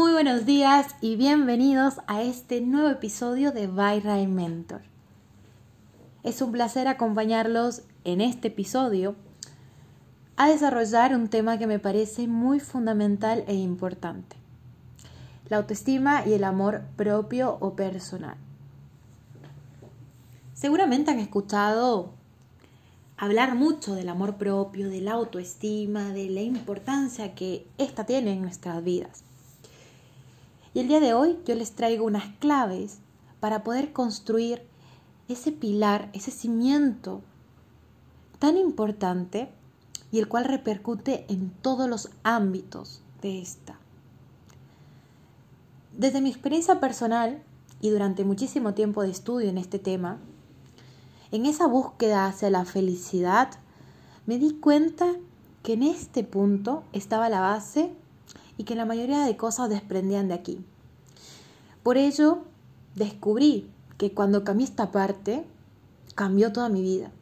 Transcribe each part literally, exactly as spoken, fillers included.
Muy buenos días y bienvenidos a este nuevo episodio de By Ray Mentor. Es un placer acompañarlos en este episodio a desarrollar un tema que me parece muy fundamental e importante: la autoestima y el amor propio o personal. Seguramente han escuchado hablar mucho del amor propio, de la autoestima, de la importancia que ésta tiene en nuestras vidas. Y el día de hoy yo les traigo unas claves para poder construir ese pilar, ese cimiento tan importante y el cual repercute en todos los ámbitos de esta. Desde mi experiencia personal y durante muchísimo tiempo de estudio en este tema, en esa búsqueda hacia la felicidad, me di cuenta que en este punto estaba la base y que la mayoría de cosas desprendían de aquí. Por ello, descubrí que cuando cambié esta parte, cambió toda mi vida.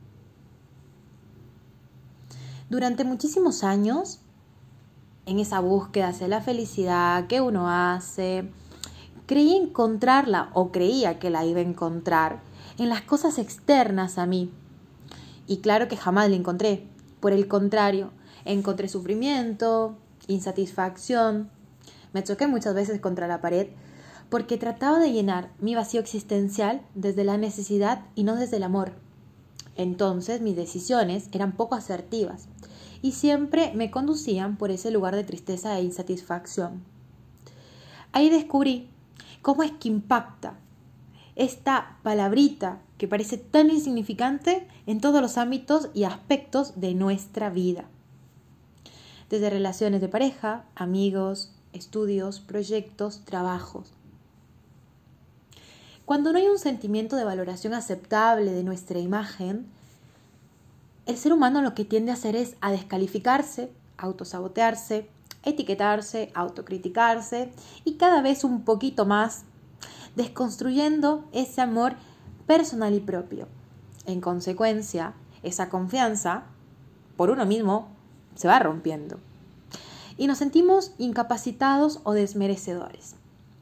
Durante muchísimos años, en esa búsqueda hacia la felicidad que uno hace, creí encontrarla o creía que la iba a encontrar en las cosas externas a mí. Y claro que jamás la encontré. Por el contrario, encontré sufrimiento, insatisfacción. Me choqué muchas veces contra la pared porque trataba de llenar mi vacío existencial desde la necesidad y no desde el amor. Entonces mis decisiones eran poco asertivas y siempre me conducían por ese lugar de tristeza e insatisfacción. Ahí descubrí cómo es que impacta esta palabrita que parece tan insignificante en todos los ámbitos y aspectos de nuestra vida. Desde relaciones de pareja, amigos, estudios, proyectos, trabajos. Cuando no hay un sentimiento de valoración aceptable de nuestra imagen, el ser humano lo que tiende a hacer es a descalificarse, autosabotearse, etiquetarse, autocriticarse y cada vez un poquito más, desconstruyendo ese amor personal y propio. En consecuencia, esa confianza por uno mismo se va rompiendo y nos sentimos incapacitados o desmerecedores.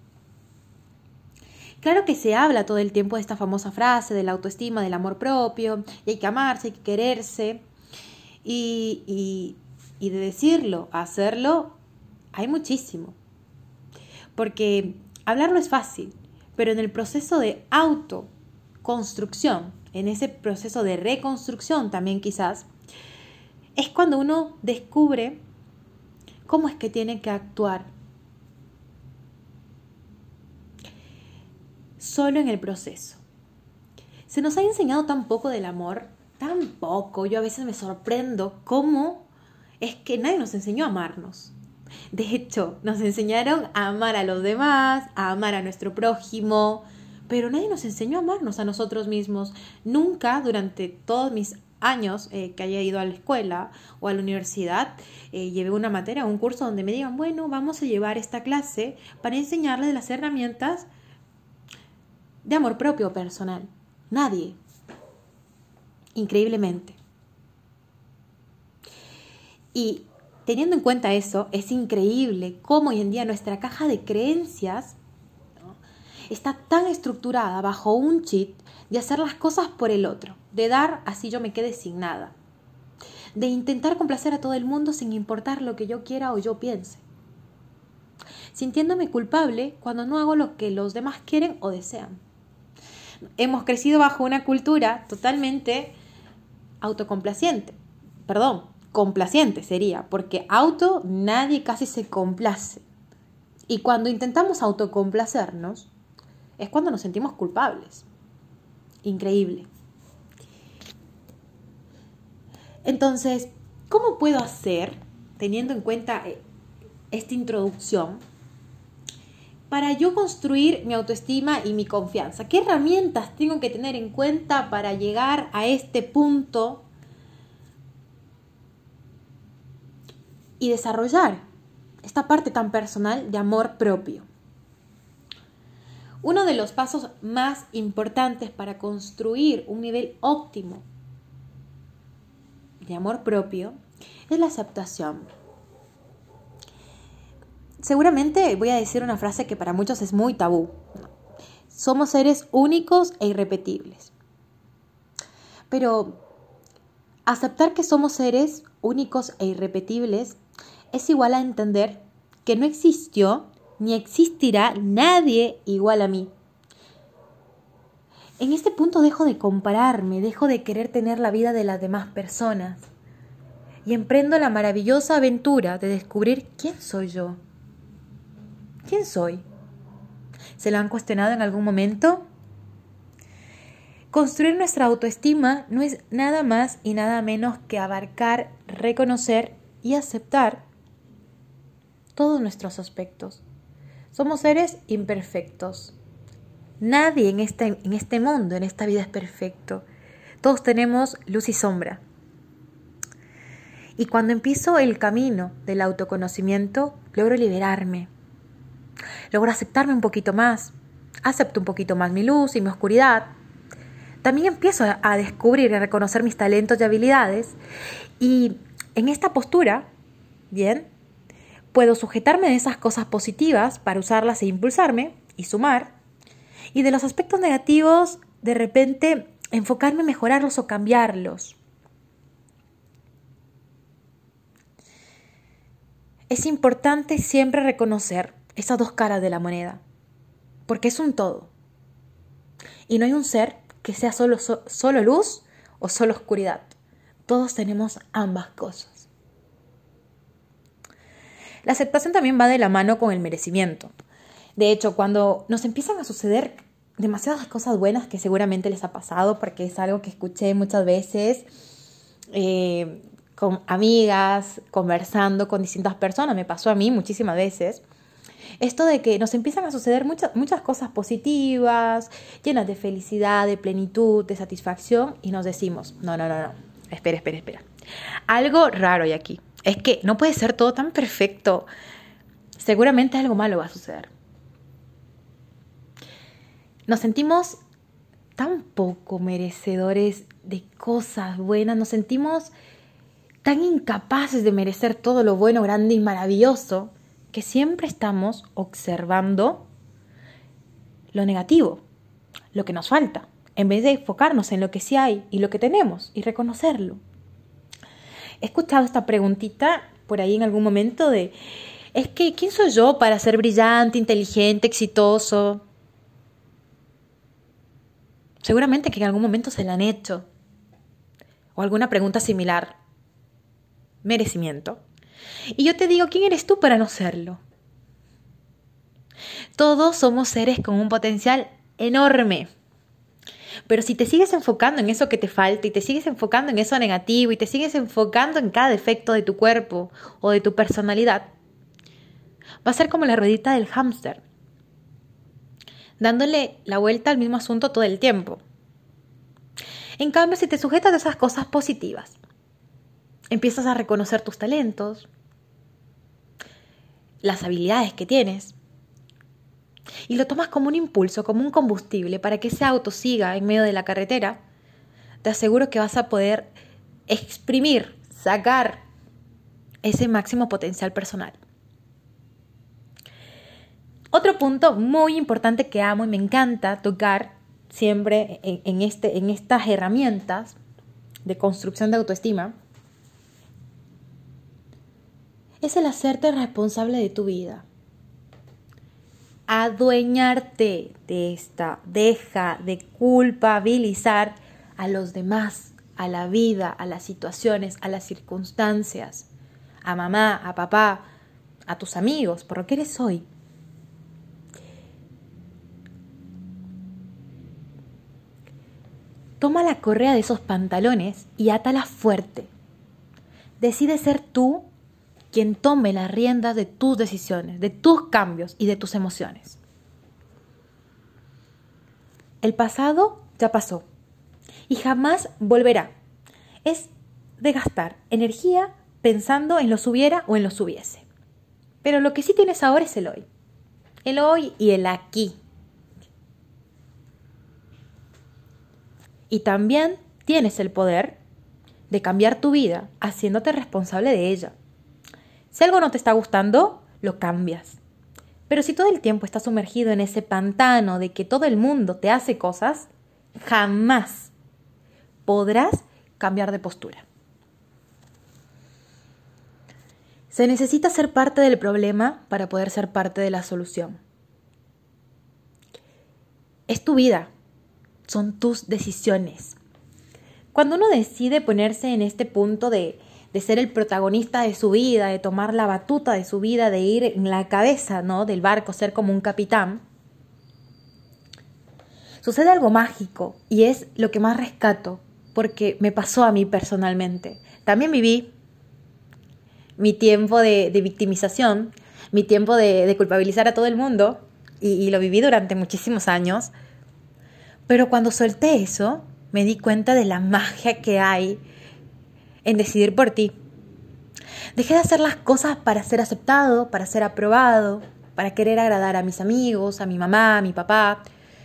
Claro que se habla todo el tiempo de esta famosa frase de la autoestima, del amor propio, y hay que amarse, hay que quererse, y, y, y de decirlo a hacerlo hay muchísimo, porque hablarlo es fácil, pero en el proceso de autoconstrucción, en ese proceso de reconstrucción también quizás, es cuando uno descubre cómo es que tiene que actuar. Solo en el proceso. Se nos ha enseñado tan poco del amor, tan poco. Yo a veces me sorprendo cómo es que nadie nos enseñó a amarnos. De hecho, nos enseñaron a amar a los demás, a amar a nuestro prójimo, pero nadie nos enseñó a amarnos a nosotros mismos. Nunca durante todos mis años eh, que haya ido a la escuela o a la universidad, eh, llevé una materia, un curso donde me digan, bueno, vamos a llevar esta clase para enseñarles las herramientas de amor propio personal. Nadie. Increíblemente. Y teniendo en cuenta eso, es increíble cómo hoy en día nuestra caja de creencias, ¿no?, está tan estructurada bajo un chip de hacer las cosas por el otro, de dar así yo me quede sin nada, de intentar complacer a todo el mundo sin importar lo que yo quiera o yo piense, sintiéndome culpable cuando no hago lo que los demás quieren o desean. Hemos crecido bajo una cultura totalmente autocomplaciente. Perdón, complaciente sería, porque auto nadie casi se complace. Y cuando intentamos autocomplacernos, es cuando nos sentimos culpables. Increíble. Entonces, ¿cómo puedo hacer, teniendo en cuenta esta introducción, para yo construir mi autoestima y mi confianza? ¿Qué herramientas tengo que tener en cuenta para llegar a este punto y desarrollar esta parte tan personal de amor propio? Uno de los pasos más importantes para construir un nivel óptimo de amor propio es la aceptación. seguramente voy a decir una frase que para muchos es muy tabú. Somos seres únicos e irrepetibles. Pero aceptar que somos seres únicos e irrepetibles es igual a entender que no existió ni existirá nadie igual a mí. En este punto dejo de compararme, dejo de querer tener la vida de las demás personas y emprendo la maravillosa aventura de descubrir quién soy yo. ¿Quién soy? ¿Se lo han cuestionado en algún momento? Construir nuestra autoestima no es nada más y nada menos que abarcar, reconocer y aceptar todos nuestros aspectos. Somos seres imperfectos. Nadie en este, en este mundo, en esta vida es perfecto. Todos tenemos luz y sombra. Y cuando empiezo el camino del autoconocimiento, logro liberarme. Logro aceptarme un poquito más. Acepto un poquito más mi luz y mi oscuridad. También empiezo a descubrir y a reconocer mis talentos y habilidades. Y en esta postura, bien, puedo sujetarme de esas cosas positivas para usarlas e impulsarme y sumar. Y de los aspectos negativos, de repente, enfocarme en mejorarlos o cambiarlos. Es importante siempre reconocer esas dos caras de la moneda, porque es un todo. Y no hay un ser que sea solo, so, solo luz o solo oscuridad. Todos tenemos ambas cosas. La aceptación también va de la mano con el merecimiento. De hecho, cuando nos empiezan a suceder demasiadas cosas buenas, que seguramente les ha pasado, porque es algo que escuché muchas veces eh, con amigas, conversando con distintas personas, me pasó a mí muchísimas veces, esto de que nos empiezan a suceder muchas, muchas cosas positivas, llenas de felicidad, de plenitud, de satisfacción, y nos decimos, no, no, no, no, espera, espera, espera. Algo raro hay aquí. Es que no puede ser todo tan perfecto. Seguramente algo malo va a suceder. Nos sentimos tan poco merecedores de cosas buenas, nos sentimos tan incapaces de merecer todo lo bueno, grande y maravilloso, que siempre estamos observando lo negativo, lo que nos falta, en vez de enfocarnos en lo que sí hay y lo que tenemos y reconocerlo. He escuchado esta preguntita por ahí en algún momento de, es que, ¿quién soy yo para ser brillante, inteligente, exitoso? Seguramente que en algún momento se la han hecho. O alguna pregunta similar. Merecimiento. Y yo te digo, ¿quién eres tú para no serlo? Todos somos seres con un potencial enorme. Pero si te sigues enfocando en eso que te falta y te sigues enfocando en eso negativo y te sigues enfocando en cada defecto de tu cuerpo o de tu personalidad, va a ser como la ruedita del hámster, dándole la vuelta al mismo asunto todo el tiempo. En cambio, si te sujetas a esas cosas positivas, empiezas a reconocer tus talentos, las habilidades que tienes, y lo tomas como un impulso, como un combustible para que ese auto siga en medio de la carretera, te aseguro que vas a poder exprimir, sacar ese máximo potencial personal. Otro punto muy importante que amo y me encanta tocar siempre en, en, este, en estas herramientas de construcción de autoestima es el hacerte responsable de tu vida. Adueñarte de esta. Deja de culpabilizar a los demás, a la vida, a las situaciones, a las circunstancias, a mamá, a papá, a tus amigos, por lo que eres hoy. Toma la correa de esos pantalones y átala fuerte. Decide ser tú quien tome las riendas de tus decisiones, de tus cambios y de tus emociones. El pasado ya pasó y jamás volverá. Es de gastar energía pensando en los hubiera o en los hubiese. Pero lo que sí tienes ahora es el hoy. El hoy y el aquí. Y también tienes el poder de cambiar tu vida haciéndote responsable de ella. Si algo no te está gustando, lo cambias. Pero si todo el tiempo estás sumergido en ese pantano de que todo el mundo te hace cosas, jamás podrás cambiar de postura. Se necesita ser parte del problema para poder ser parte de la solución. Es tu vida, son tus decisiones. Cuando uno decide ponerse en este punto de, de ser el protagonista de su vida, de tomar la batuta de su vida, de ir en la cabeza, ¿no?, del barco, ser como un capitán, sucede algo mágico y es lo que más rescato, porque me pasó a mí personalmente. También viví mi tiempo de, de victimización, mi tiempo de, de culpabilizar a todo el mundo, y, y lo viví durante muchísimos años. Pero cuando solté eso, me di cuenta de la magia que hay en decidir por ti. Dejé de hacer las cosas para ser aceptado, para ser aprobado, para querer agradar a mis amigos, a mi mamá, a mi papá.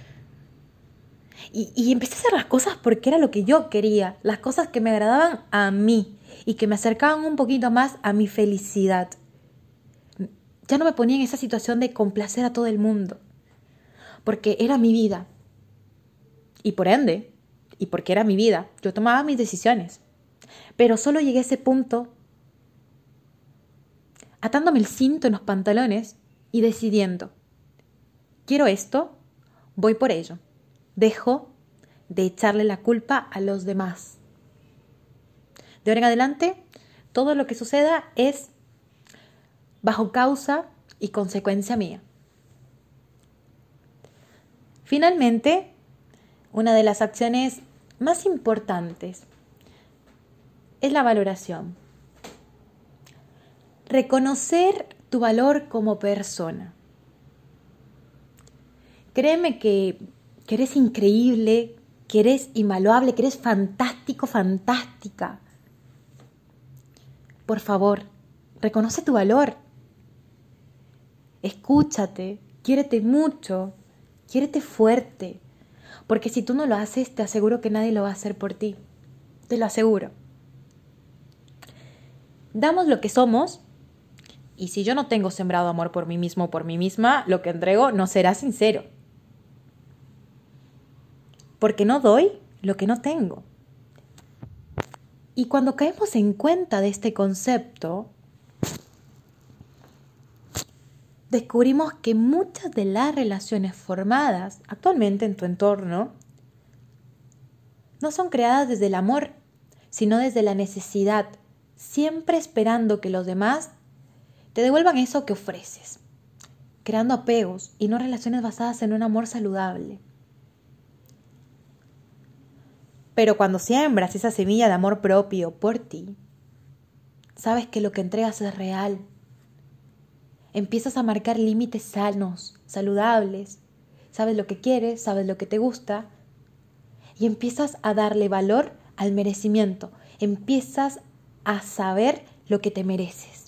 Y, y empecé a hacer las cosas porque era lo que yo quería, las cosas que me agradaban a mí y que me acercaban un poquito más a mi felicidad. Ya no me ponía en esa situación de complacer a todo el mundo, porque era mi vida. Y por ende, y porque era mi vida, yo tomaba mis decisiones. Pero solo llegué a ese punto atándome el cinto en los pantalones y decidiendo, quiero esto, voy por ello. Dejo de echarle la culpa a los demás. De ahora en adelante, todo lo que suceda es bajo causa y consecuencia mía. Finalmente, una de las acciones más importantes es la valoración. Reconocer tu valor como persona. Créeme que, que eres increíble, que eres invaluable, que eres fantástico, fantástica. Por favor, reconoce tu valor. Escúchate, quiérete mucho, quiérete fuerte. Porque si tú no lo haces, te aseguro que nadie lo va a hacer por ti. Te lo aseguro. Damos lo que somos, y si yo no tengo sembrado amor por mí mismo o por mí misma, lo que entrego no será sincero. Porque no doy lo que no tengo. Y cuando caemos en cuenta de este concepto, descubrimos que muchas de las relaciones formadas actualmente en tu entorno no son creadas desde el amor, sino desde la necesidad, siempre esperando que los demás te devuelvan eso que ofreces, creando apegos y no relaciones basadas en un amor saludable. Pero cuando siembras esa semilla de amor propio por ti, sabes que lo que entregas es real. Empiezas a marcar límites sanos, saludables. Sabes lo que quieres, sabes lo que te gusta. Y empiezas a darle valor al merecimiento. Empiezas a saber lo que te mereces.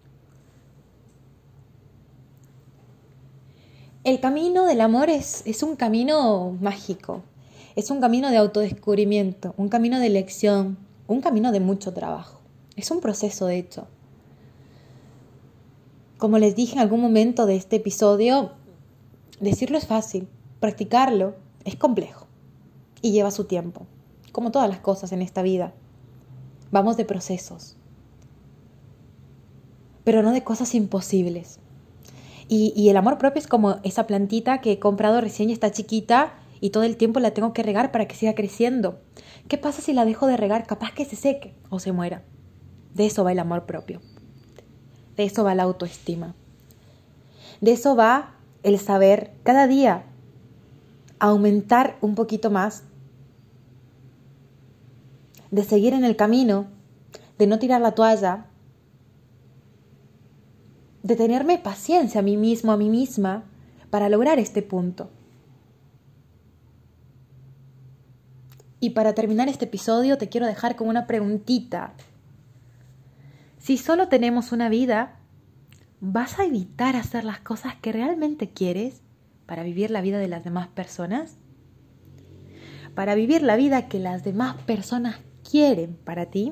El camino del amor es, es un camino mágico. Es un camino de autodescubrimiento, un camino de elección, un camino de mucho trabajo. Es un proceso, de hecho. Como les dije en algún momento de este episodio, decirlo es fácil, practicarlo es complejo y lleva su tiempo, como todas las cosas en esta vida. Vamos de procesos, pero no de cosas imposibles. Y, y el amor propio es como esa plantita que he comprado recién y está chiquita y todo el tiempo la tengo que regar para que siga creciendo. ¿Qué pasa si la dejo de regar? Capaz que se seque o se muera. De eso va el amor propio. De eso va la autoestima. De eso va el saber cada día aumentar un poquito más, de seguir en el camino, de no tirar la toalla, de tenerme paciencia a mí mismo, a mí misma, para lograr este punto. Y para terminar este episodio te quiero dejar con una preguntita. Si solo tenemos una vida, ¿vas a evitar hacer las cosas que realmente quieres para vivir la vida de las demás personas? Para vivir la vida que las demás personas quieren para ti.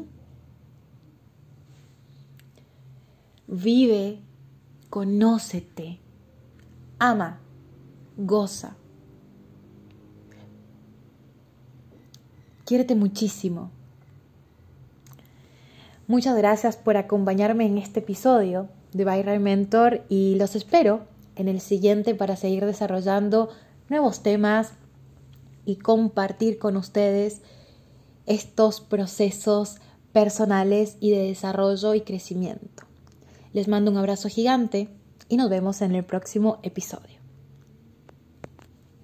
Vive, conócete, ama, goza. Quiérete muchísimo. Muchas gracias por acompañarme en este episodio de Byron Mentor y los espero en el siguiente para seguir desarrollando nuevos temas y compartir con ustedes estos procesos personales y de desarrollo y crecimiento. Les mando un abrazo gigante y nos vemos en el próximo episodio.